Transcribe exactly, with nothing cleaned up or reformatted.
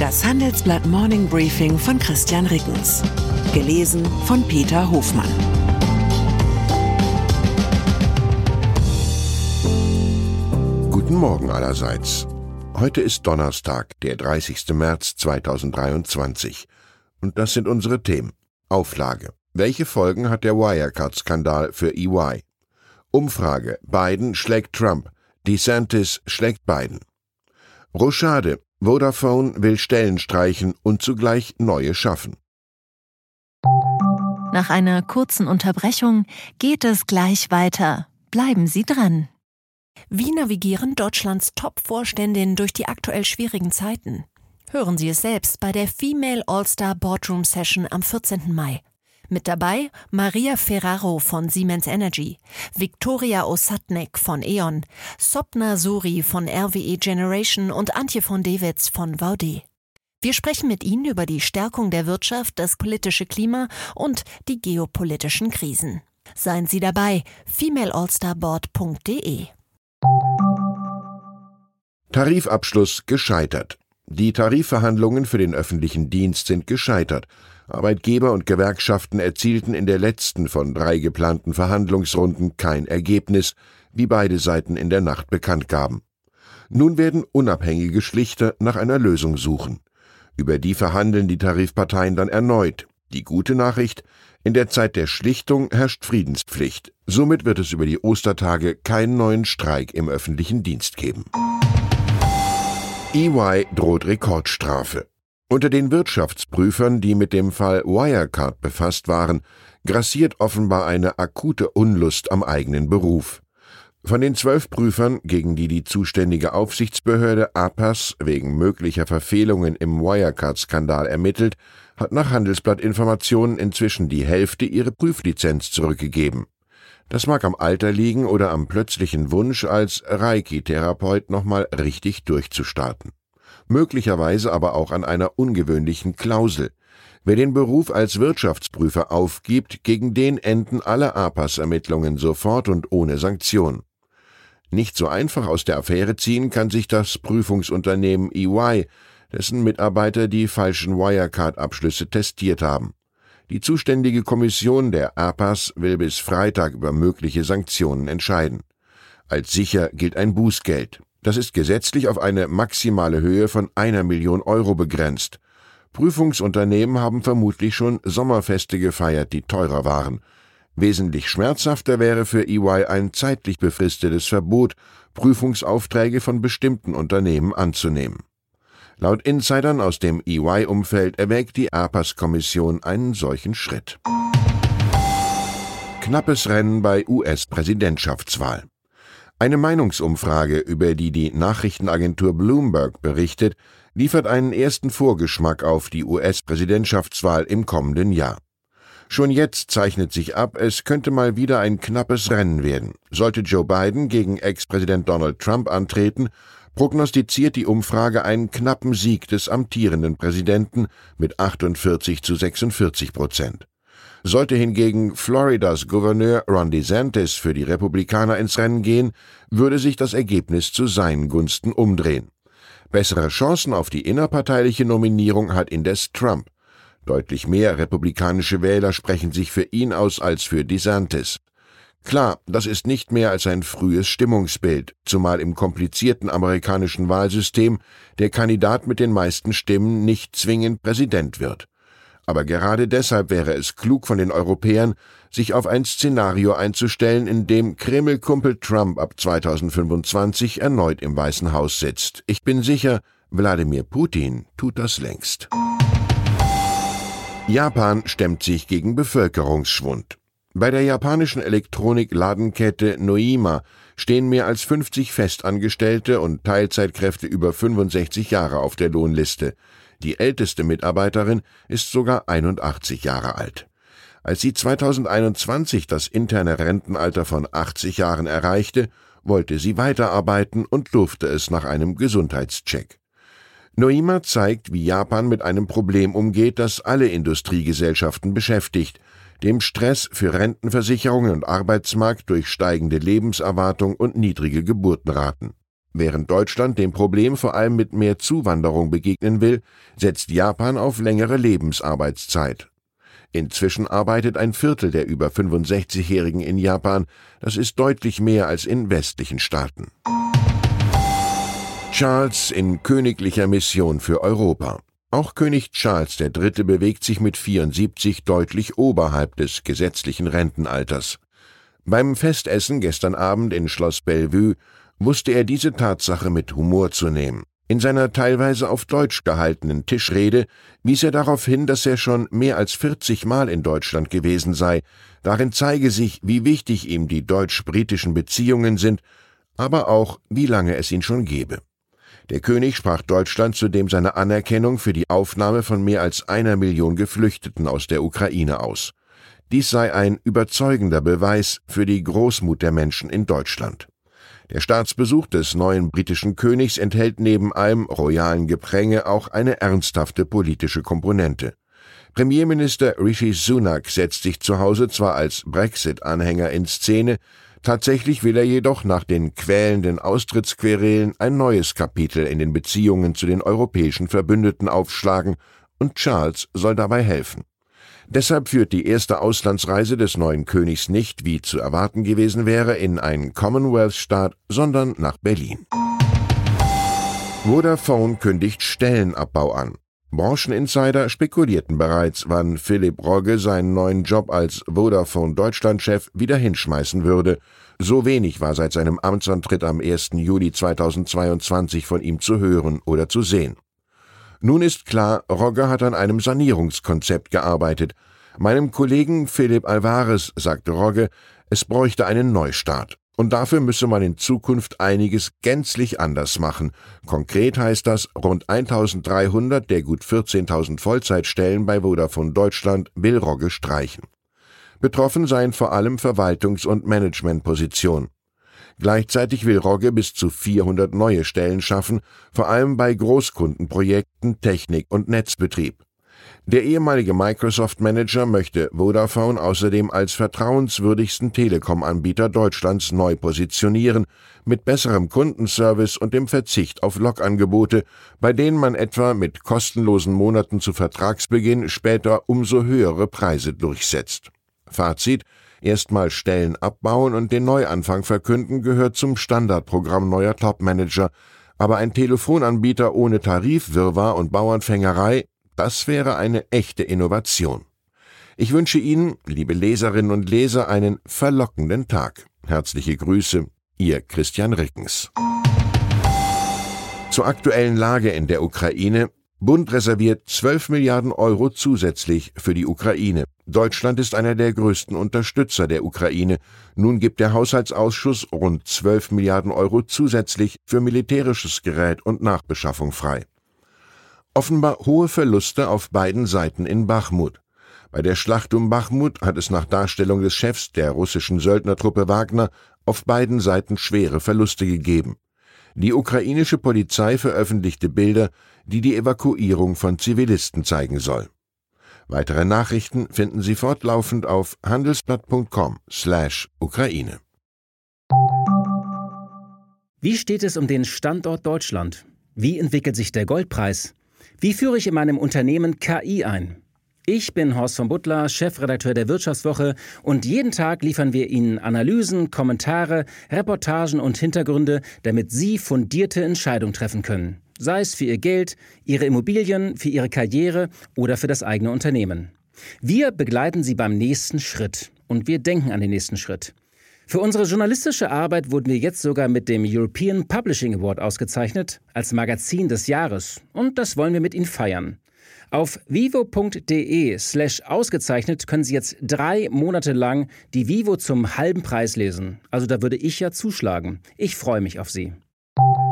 Das Handelsblatt Morning Briefing von Christian Rickens. Gelesen von Peter Hofmann. Guten Morgen allerseits. Heute ist Donnerstag, der dreißigster März zweitausenddreiundzwanzig. Und das sind unsere Themen. Auflage. Welche Folgen hat der Wirecard-Skandal für E Y? Umfrage. Biden schlägt Trump. DeSantis schlägt Biden. Rochade. Vodafone will Stellen streichen und zugleich neue schaffen. Nach einer kurzen Unterbrechung geht es gleich weiter. Bleiben Sie dran. Wie navigieren Deutschlands Top-Vorständinnen durch die aktuell schwierigen Zeiten? Hören Sie es selbst bei der Female All-Star Boardroom Session am vierzehnten Mai. Mit dabei Maria Ferraro von Siemens Energy, Viktoria Ossadnek von E.ON, Sopna Suri von R W E Generation und Antje von Dewitz von Vaude. Wir sprechen mit Ihnen über die Stärkung der Wirtschaft, das politische Klima und die geopolitischen Krisen. Seien Sie dabei, female all star board punkt de. Tarifabschluss gescheitert. Die Tarifverhandlungen für den öffentlichen Dienst sind gescheitert. Arbeitgeber und Gewerkschaften erzielten in der letzten von drei geplanten Verhandlungsrunden kein Ergebnis, wie beide Seiten in der Nacht bekannt gaben. Nun werden unabhängige Schlichter nach einer Lösung suchen. Über die verhandeln die Tarifparteien dann erneut. Die gute Nachricht: In der Zeit der Schlichtung herrscht Friedenspflicht. Somit wird es über die Ostertage keinen neuen Streik im öffentlichen Dienst geben. E Y droht Rekordstrafe. Unter den Wirtschaftsprüfern, die mit dem Fall Wirecard befasst waren, grassiert offenbar eine akute Unlust am eigenen Beruf. Von den zwölf Prüfern, gegen die die zuständige Aufsichtsbehörde A P A S wegen möglicher Verfehlungen im Wirecard-Skandal ermittelt, hat nach Handelsblatt-Informationen inzwischen die Hälfte ihre Prüflizenz zurückgegeben. Das mag am Alter liegen oder am plötzlichen Wunsch, als Reiki-Therapeut nochmal richtig durchzustarten. Möglicherweise aber auch an einer ungewöhnlichen Klausel. Wer den Beruf als Wirtschaftsprüfer aufgibt, gegen den enden alle A P A S-Ermittlungen sofort und ohne Sanktion. Nicht so einfach aus der Affäre ziehen kann sich das Prüfungsunternehmen E Y, dessen Mitarbeiter die falschen Wirecard-Abschlüsse testiert haben. Die zuständige Kommission der A P A S will bis Freitag über mögliche Sanktionen entscheiden. Als sicher gilt ein Bußgeld. Das ist gesetzlich auf eine maximale Höhe von einer Million Euro begrenzt. Prüfungsunternehmen haben vermutlich schon Sommerfeste gefeiert, die teurer waren. Wesentlich schmerzhafter wäre für E Y ein zeitlich befristetes Verbot, Prüfungsaufträge von bestimmten Unternehmen anzunehmen. Laut Insidern aus dem E Y-Umfeld erwägt die A P A S-Kommission einen solchen Schritt. Knappes Rennen bei U S-Präsidentschaftswahl. Eine Meinungsumfrage, über die die Nachrichtenagentur Bloomberg berichtet, liefert einen ersten Vorgeschmack auf die U S-Präsidentschaftswahl im kommenden Jahr. Schon jetzt zeichnet sich ab, es könnte mal wieder ein knappes Rennen werden. Sollte Joe Biden gegen Ex-Präsident Donald Trump antreten, prognostiziert die Umfrage einen knappen Sieg des amtierenden Präsidenten mit achtundvierzig zu sechsundvierzig Prozent. Sollte hingegen Floridas Gouverneur Ron DeSantis für die Republikaner ins Rennen gehen, würde sich das Ergebnis zu seinen Gunsten umdrehen. Bessere Chancen auf die innerparteiliche Nominierung hat indes Trump. Deutlich mehr republikanische Wähler sprechen sich für ihn aus als für DeSantis. Klar, das ist nicht mehr als ein frühes Stimmungsbild, zumal im komplizierten amerikanischen Wahlsystem der Kandidat mit den meisten Stimmen nicht zwingend Präsident wird. Aber gerade deshalb wäre es klug von den Europäern, sich auf ein Szenario einzustellen, in dem Kreml-Kumpel Trump ab zweitausendfünfundzwanzig erneut im Weißen Haus sitzt. Ich bin sicher, Wladimir Putin tut das längst. Japan stemmt sich gegen Bevölkerungsschwund. Bei der japanischen Elektronik-Ladenkette Noima stehen mehr als fünfzig Festangestellte und Teilzeitkräfte über fünfundsechzig Jahre auf der Lohnliste. Die älteste Mitarbeiterin ist sogar einundachtzig Jahre alt. Als sie zweitausendeinundzwanzig das interne Rentenalter von achtzig Jahren erreichte, wollte sie weiterarbeiten und durfte es nach einem Gesundheitscheck. Noima zeigt, wie Japan mit einem Problem umgeht, das alle Industriegesellschaften beschäftigt, dem Stress für Rentenversicherungen und Arbeitsmarkt durch steigende Lebenserwartung und niedrige Geburtenraten. Während Deutschland dem Problem vor allem mit mehr Zuwanderung begegnen will, setzt Japan auf längere Lebensarbeitszeit. Inzwischen arbeitet ein Viertel der über fünfundsechzigjährigen in Japan. Das ist deutlich mehr als in westlichen Staaten. Charles in königlicher Mission für Europa. Auch König Charles der Dritte bewegt sich mit vierundsiebzig deutlich oberhalb des gesetzlichen Rentenalters. Beim Festessen gestern Abend in Schloss Bellevue wusste er diese Tatsache mit Humor zu nehmen. In seiner teilweise auf Deutsch gehaltenen Tischrede wies er darauf hin, dass er schon mehr als vierzig Mal in Deutschland gewesen sei. Darin zeige sich, wie wichtig ihm die deutsch-britischen Beziehungen sind, aber auch, wie lange es ihn schon gebe. Der König sprach Deutschland zudem seine Anerkennung für die Aufnahme von mehr als einer Million Geflüchteten aus der Ukraine aus. Dies sei ein überzeugender Beweis für die Großmut der Menschen in Deutschland. Der Staatsbesuch des neuen britischen Königs enthält neben allem royalen Gepränge auch eine ernsthafte politische Komponente. Premierminister Rishi Sunak setzt sich zu Hause zwar als Brexit-Anhänger in Szene, tatsächlich will er jedoch nach den quälenden Austrittsquerelen ein neues Kapitel in den Beziehungen zu den europäischen Verbündeten aufschlagen, und Charles soll dabei helfen. Deshalb führt die erste Auslandsreise des neuen Königs nicht, wie zu erwarten gewesen wäre, in einen Commonwealth-Staat, sondern nach Berlin. Vodafone kündigt Stellenabbau an. Brancheninsider spekulierten bereits, wann Philipp Rogge seinen neuen Job als Vodafone-Deutschland-Chef wieder hinschmeißen würde. So wenig war seit seinem Amtsantritt am ersten Juli zweitausendzweiundzwanzig von ihm zu hören oder zu sehen. Nun ist klar, Rogge hat an einem Sanierungskonzept gearbeitet. Meinem Kollegen Philipp Alvarez sagte Rogge, es bräuchte einen Neustart. Und dafür müsse man in Zukunft einiges gänzlich anders machen. Konkret heißt das, rund eintausenddreihundert der gut vierzehntausend Vollzeitstellen bei Vodafone Deutschland will Rogge streichen. Betroffen seien vor allem Verwaltungs- und Managementpositionen. Gleichzeitig will Rogge bis zu vierhundert neue Stellen schaffen, vor allem bei Großkundenprojekten, Technik und Netzbetrieb. Der ehemalige Microsoft-Manager möchte Vodafone außerdem als vertrauenswürdigsten Telekom-Anbieter Deutschlands neu positionieren, mit besserem Kundenservice und dem Verzicht auf Log-Angebote, bei denen man etwa mit kostenlosen Monaten zu Vertragsbeginn später umso höhere Preise durchsetzt. Fazit: Erstmal Stellen abbauen und den Neuanfang verkünden gehört zum Standardprogramm neuer Topmanager, aber ein Telefonanbieter ohne Tarifwirrwarr und Bauernfängerei, das wäre eine echte Innovation. Ich wünsche Ihnen, liebe Leserinnen und Leser, einen verlockenden Tag. Herzliche Grüße, Ihr Christian Rickens. Zur aktuellen Lage in der Ukraine. Bund reserviert zwölf Milliarden Euro zusätzlich für die Ukraine. Deutschland ist einer der größten Unterstützer der Ukraine. Nun gibt der Haushaltsausschuss rund zwölf Milliarden Euro zusätzlich für militärisches Gerät und Nachbeschaffung frei. Offenbar hohe Verluste auf beiden Seiten in Bachmut. Bei der Schlacht um Bachmut hat es nach Darstellung des Chefs der russischen Söldnertruppe Wagner auf beiden Seiten schwere Verluste gegeben. Die ukrainische Polizei veröffentlichte Bilder, die die Evakuierung von Zivilisten zeigen soll. Weitere Nachrichten finden Sie fortlaufend auf handelsblatt punkt com slash Ukraine. Wie steht es um den Standort Deutschland? Wie entwickelt sich der Goldpreis? Wie führe ich in meinem Unternehmen K I ein? Ich bin Horst von Butler, Chefredakteur der Wirtschaftswoche, und jeden Tag liefern wir Ihnen Analysen, Kommentare, Reportagen und Hintergründe, damit Sie fundierte Entscheidungen treffen können. Sei es für Ihr Geld, Ihre Immobilien, für Ihre Karriere oder für das eigene Unternehmen. Wir begleiten Sie beim nächsten Schritt und wir denken an den nächsten Schritt. Für unsere journalistische Arbeit wurden wir jetzt sogar mit dem European Publishing Award ausgezeichnet als Magazin des Jahres, und das wollen wir mit Ihnen feiern. Auf vivo punkt de slash ausgezeichnet können Sie jetzt drei Monate lang die Vivo zum halben Preis lesen. Also da würde ich ja zuschlagen. Ich freue mich auf Sie.